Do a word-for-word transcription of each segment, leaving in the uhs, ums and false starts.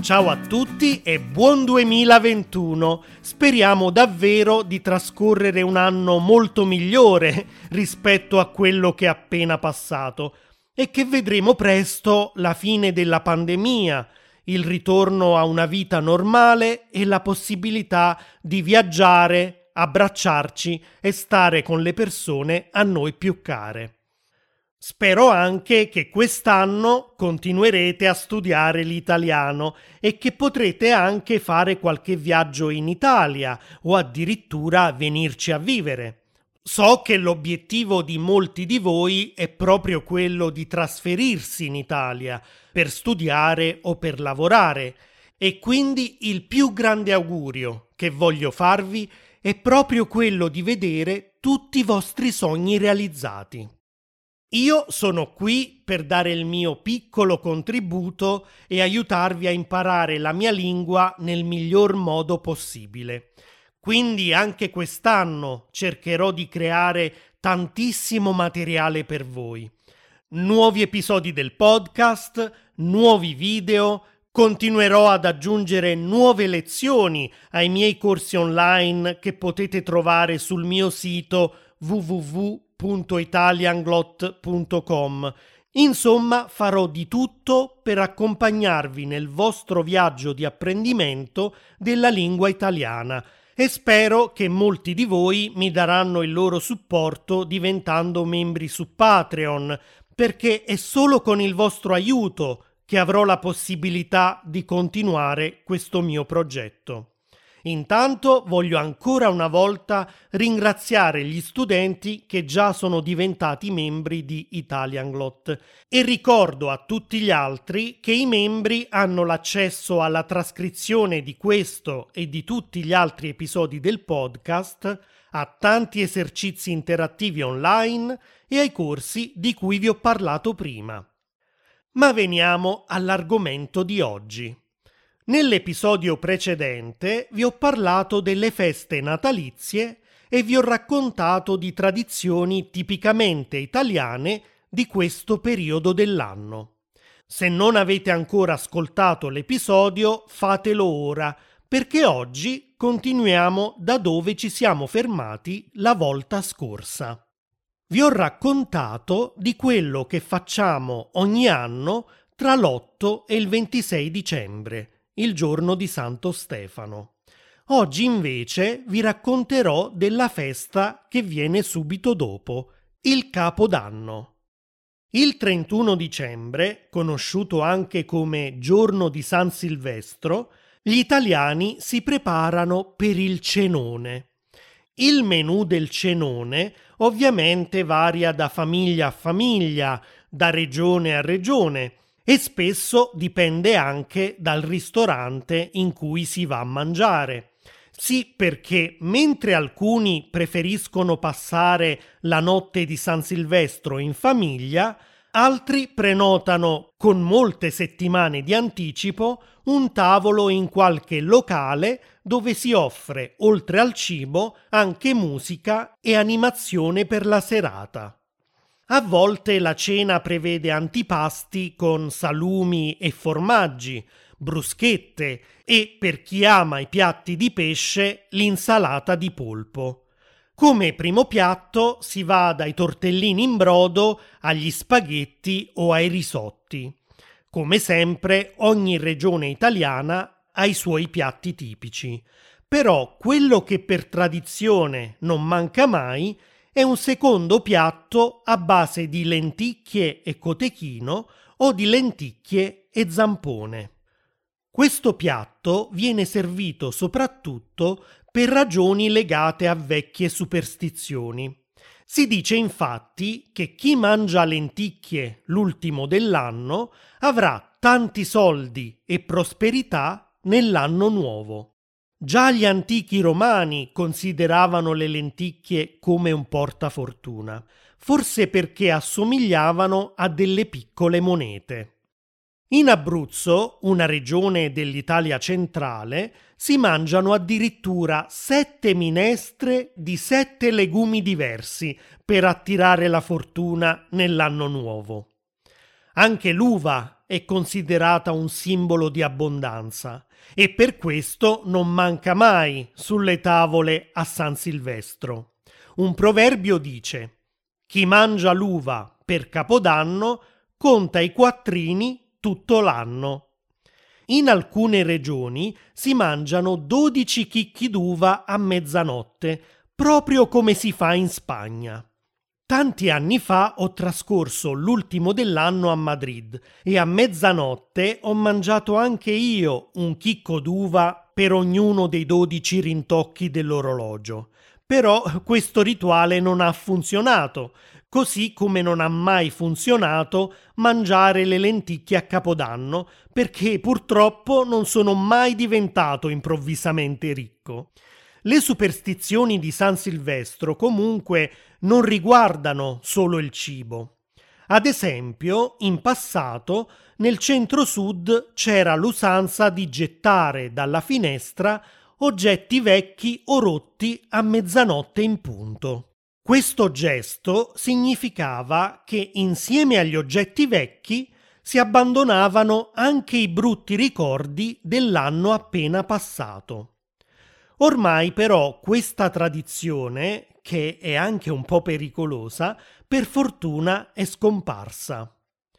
Ciao a tutti e buon duemilaventuno! Speriamo davvero di trascorrere un anno molto migliore rispetto a quello che è appena passato e che vedremo presto la fine della pandemia, il ritorno a una vita normale e la possibilità di viaggiare, abbracciarci e stare con le persone a noi più care. Spero anche che quest'anno continuerete a studiare l'italiano e che potrete anche fare qualche viaggio in Italia o addirittura venirci a vivere. So che l'obiettivo di molti di voi è proprio quello di trasferirsi in Italia per studiare o per lavorare e quindi il più grande augurio che voglio farvi è proprio quello di vedere tutti i vostri sogni realizzati. Io sono qui per dare il mio piccolo contributo e aiutarvi a imparare la mia lingua nel miglior modo possibile. Quindi anche quest'anno cercherò di creare tantissimo materiale per voi. Nuovi episodi del podcast, nuovi video, continuerò ad aggiungere nuove lezioni ai miei corsi online che potete trovare sul mio sito w w w punto italianglot punto com. Insomma, farò di tutto per accompagnarvi nel vostro viaggio di apprendimento della lingua italiana e spero che molti di voi mi daranno il loro supporto diventando membri su Patreon, perché è solo con il vostro aiuto che avrò la possibilità di continuare questo mio progetto. Intanto voglio ancora una volta ringraziare gli studenti che già sono diventati membri di Italianglot e ricordo a tutti gli altri che i membri hanno l'accesso alla trascrizione di questo e di tutti gli altri episodi del podcast, a tanti esercizi interattivi online e ai corsi di cui vi ho parlato prima. Ma veniamo all'argomento di oggi. Nell'episodio precedente vi ho parlato delle feste natalizie e vi ho raccontato di tradizioni tipicamente italiane di questo periodo dell'anno. Se non avete ancora ascoltato l'episodio, fatelo ora, perché oggi continuiamo da dove ci siamo fermati la volta scorsa. Vi ho raccontato di quello che facciamo ogni anno tra l'otto e il ventisei dicembre, il giorno di Santo Stefano. Oggi invece vi racconterò della festa che viene subito dopo, il Capodanno. Il trentuno dicembre, conosciuto anche come giorno di San Silvestro, gli italiani si preparano per il cenone. Il menù del cenone ovviamente varia da famiglia a famiglia, da regione a regione, e spesso dipende anche dal ristorante in cui si va a mangiare. Sì, perché mentre alcuni preferiscono passare la notte di San Silvestro in famiglia, altri prenotano con molte settimane di anticipo un tavolo in qualche locale dove si offre, oltre al cibo, anche musica e animazione per la serata. A volte la cena prevede antipasti con salumi e formaggi, bruschette e, per chi ama i piatti di pesce, l'insalata di polpo. Come primo piatto si va dai tortellini in brodo agli spaghetti o ai risotti. Come sempre, ogni regione italiana ha i suoi piatti tipici. Però quello che per tradizione non manca mai è un secondo piatto a base di lenticchie e cotechino o di lenticchie e zampone. Questo piatto viene servito soprattutto per ragioni legate a vecchie superstizioni. Si dice infatti che chi mangia lenticchie l'ultimo dell'anno avrà tanti soldi e prosperità nell'anno nuovo. Già gli antichi romani consideravano le lenticchie come un portafortuna, forse perché assomigliavano a delle piccole monete. In Abruzzo, una regione dell'Italia centrale, si mangiano addirittura sette minestre di sette legumi diversi per attirare la fortuna nell'anno nuovo. Anche l'uva è considerata un simbolo di abbondanza e per questo non manca mai sulle tavole a San Silvestro. Un proverbio dice: chi mangia l'uva per Capodanno conta i quattrini tutto l'anno. In alcune regioni si mangiano dodici chicchi d'uva a mezzanotte, proprio come si fa in Spagna. Tanti anni fa ho trascorso l'ultimo dell'anno a Madrid e a mezzanotte ho mangiato anche io un chicco d'uva per ognuno dei dodici rintocchi dell'orologio. Però questo rituale non ha funzionato, così come non ha mai funzionato mangiare le lenticchie a Capodanno, perché purtroppo non sono mai diventato improvvisamente ricco. Le superstizioni di San Silvestro comunque non riguardano solo il cibo. Ad esempio, in passato, nel centro-sud c'era l'usanza di gettare dalla finestra oggetti vecchi o rotti a mezzanotte in punto. Questo gesto significava che insieme agli oggetti vecchi si abbandonavano anche i brutti ricordi dell'anno appena passato. Ormai però questa tradizione, che è anche un po' pericolosa, per fortuna è scomparsa.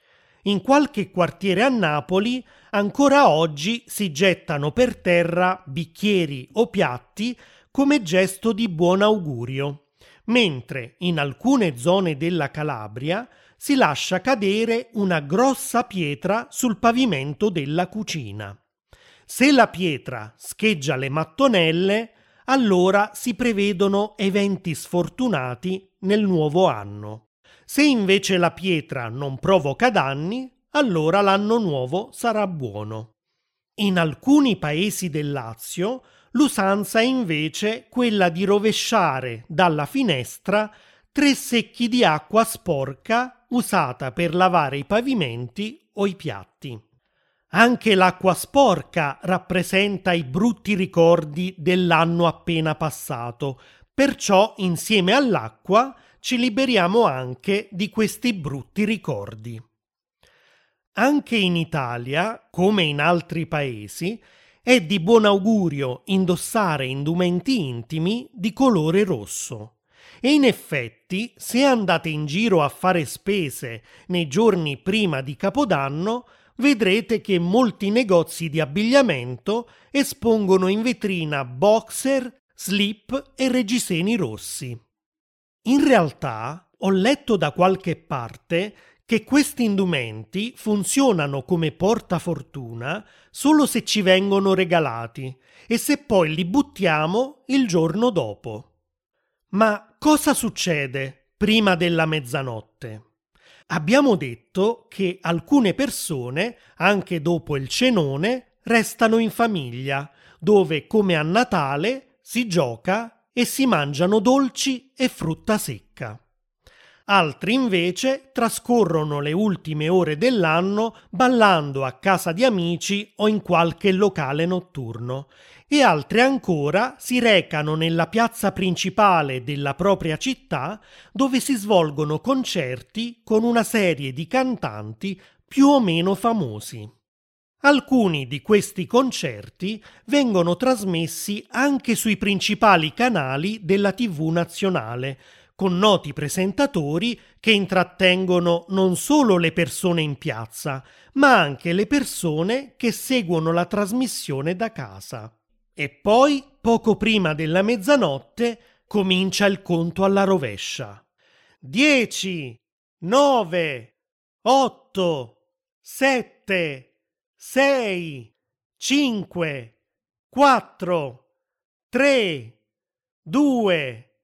In qualche quartiere a Napoli ancora oggi si gettano per terra bicchieri o piatti come gesto di buon augurio, mentre in alcune zone della Calabria si lascia cadere una grossa pietra sul pavimento della cucina. Se la pietra scheggia le mattonelle, allora si prevedono eventi sfortunati nel nuovo anno. Se invece la pietra non provoca danni, allora l'anno nuovo sarà buono. In alcuni paesi del Lazio l'usanza è invece quella di rovesciare dalla finestra tre secchi di acqua sporca usata per lavare i pavimenti o i piatti. Anche l'acqua sporca rappresenta i brutti ricordi dell'anno appena passato, perciò insieme all'acqua ci liberiamo anche di questi brutti ricordi. Anche in Italia, come in altri paesi, è di buon augurio indossare indumenti intimi di colore rosso. E in effetti, se andate in giro a fare spese nei giorni prima di Capodanno, vedrete che molti negozi di abbigliamento espongono in vetrina boxer, slip e reggiseni rossi. In realtà, ho letto da qualche parte che questi indumenti funzionano come portafortuna solo se ci vengono regalati e se poi li buttiamo il giorno dopo. Ma cosa succede prima della mezzanotte? Abbiamo detto che alcune persone, anche dopo il cenone, restano in famiglia, dove, come a Natale, si gioca e si mangiano dolci e frutta secca. Altri invece trascorrono le ultime ore dell'anno ballando a casa di amici o in qualche locale notturno, e altri ancora si recano nella piazza principale della propria città, dove si svolgono concerti con una serie di cantanti più o meno famosi. Alcuni di questi concerti vengono trasmessi anche sui principali canali della tivù nazionale, con noti presentatori che intrattengono non solo le persone in piazza, ma anche le persone che seguono la trasmissione da casa. E poi, poco prima della mezzanotte, comincia il conto alla rovescia. Dieci, nove, otto, sette, sei, cinque, quattro, tre, due,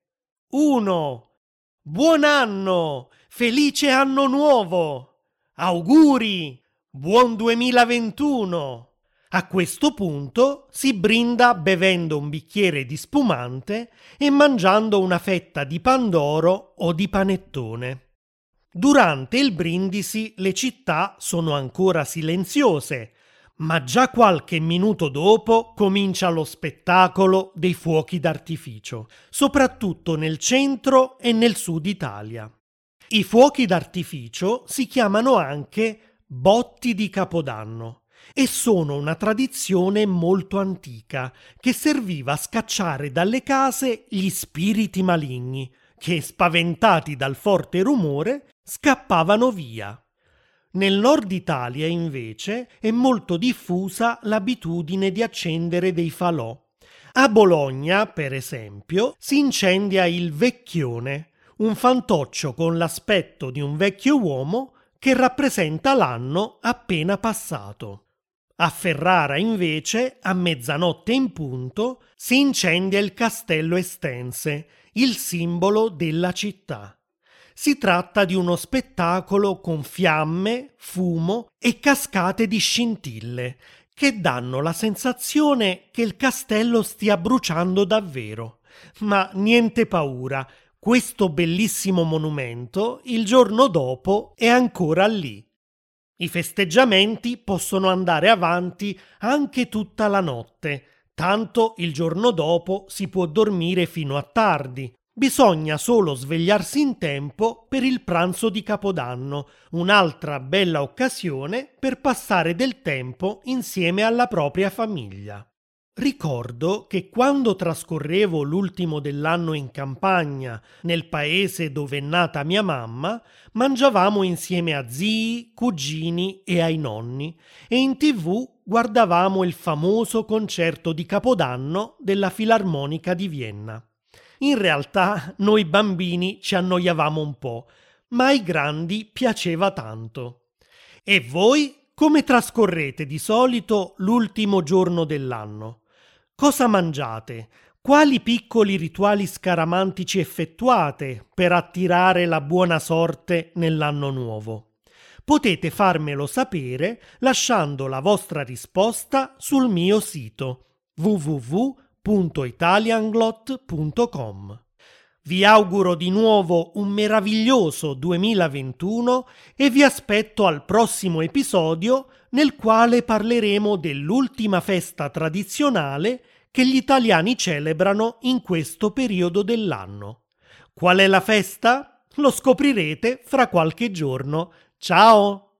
uno. Buon anno! Felice anno nuovo! Auguri! Buon duemilaventuno! A questo punto si brinda bevendo un bicchiere di spumante e mangiando una fetta di pandoro o di panettone. Durante il brindisi le città sono ancora silenziose, ma già qualche minuto dopo comincia lo spettacolo dei fuochi d'artificio, soprattutto nel centro e nel sud Italia. I fuochi d'artificio si chiamano anche botti di Capodanno, e sono una tradizione molto antica che serviva a scacciare dalle case gli spiriti maligni che, spaventati dal forte rumore, scappavano via. Nel nord Italia, invece, è molto diffusa l'abitudine di accendere dei falò. A Bologna, per esempio, si incendia il Vecchione, un fantoccio con l'aspetto di un vecchio uomo che rappresenta l'anno appena passato. A Ferrara, invece, a mezzanotte in punto, si incendia il Castello Estense, il simbolo della città. Si tratta di uno spettacolo con fiamme, fumo e cascate di scintille che danno la sensazione che il castello stia bruciando davvero. Ma niente paura, questo bellissimo monumento il giorno dopo è ancora lì. I festeggiamenti possono andare avanti anche tutta la notte, tanto il giorno dopo si può dormire fino a tardi. Bisogna solo svegliarsi in tempo per il pranzo di Capodanno, un'altra bella occasione per passare del tempo insieme alla propria famiglia. Ricordo che quando trascorrevo l'ultimo dell'anno in campagna, nel paese dove è nata mia mamma, mangiavamo insieme a zii, cugini e ai nonni e in tivù guardavamo il famoso concerto di Capodanno della Filarmonica di Vienna. In realtà noi bambini ci annoiavamo un po', ma ai grandi piaceva tanto. E voi come trascorrete di solito l'ultimo giorno dell'anno? Cosa mangiate? Quali piccoli rituali scaramantici effettuate per attirare la buona sorte nell'anno nuovo? Potete farmelo sapere lasciando la vostra risposta sul mio sito w w w punto italianglot punto com. Vi auguro di nuovo un meraviglioso duemilaventuno e vi aspetto al prossimo episodio nel quale parleremo dell'ultima festa tradizionale che gli italiani celebrano in questo periodo dell'anno. Qual è la festa? Lo scoprirete fra qualche giorno. Ciao!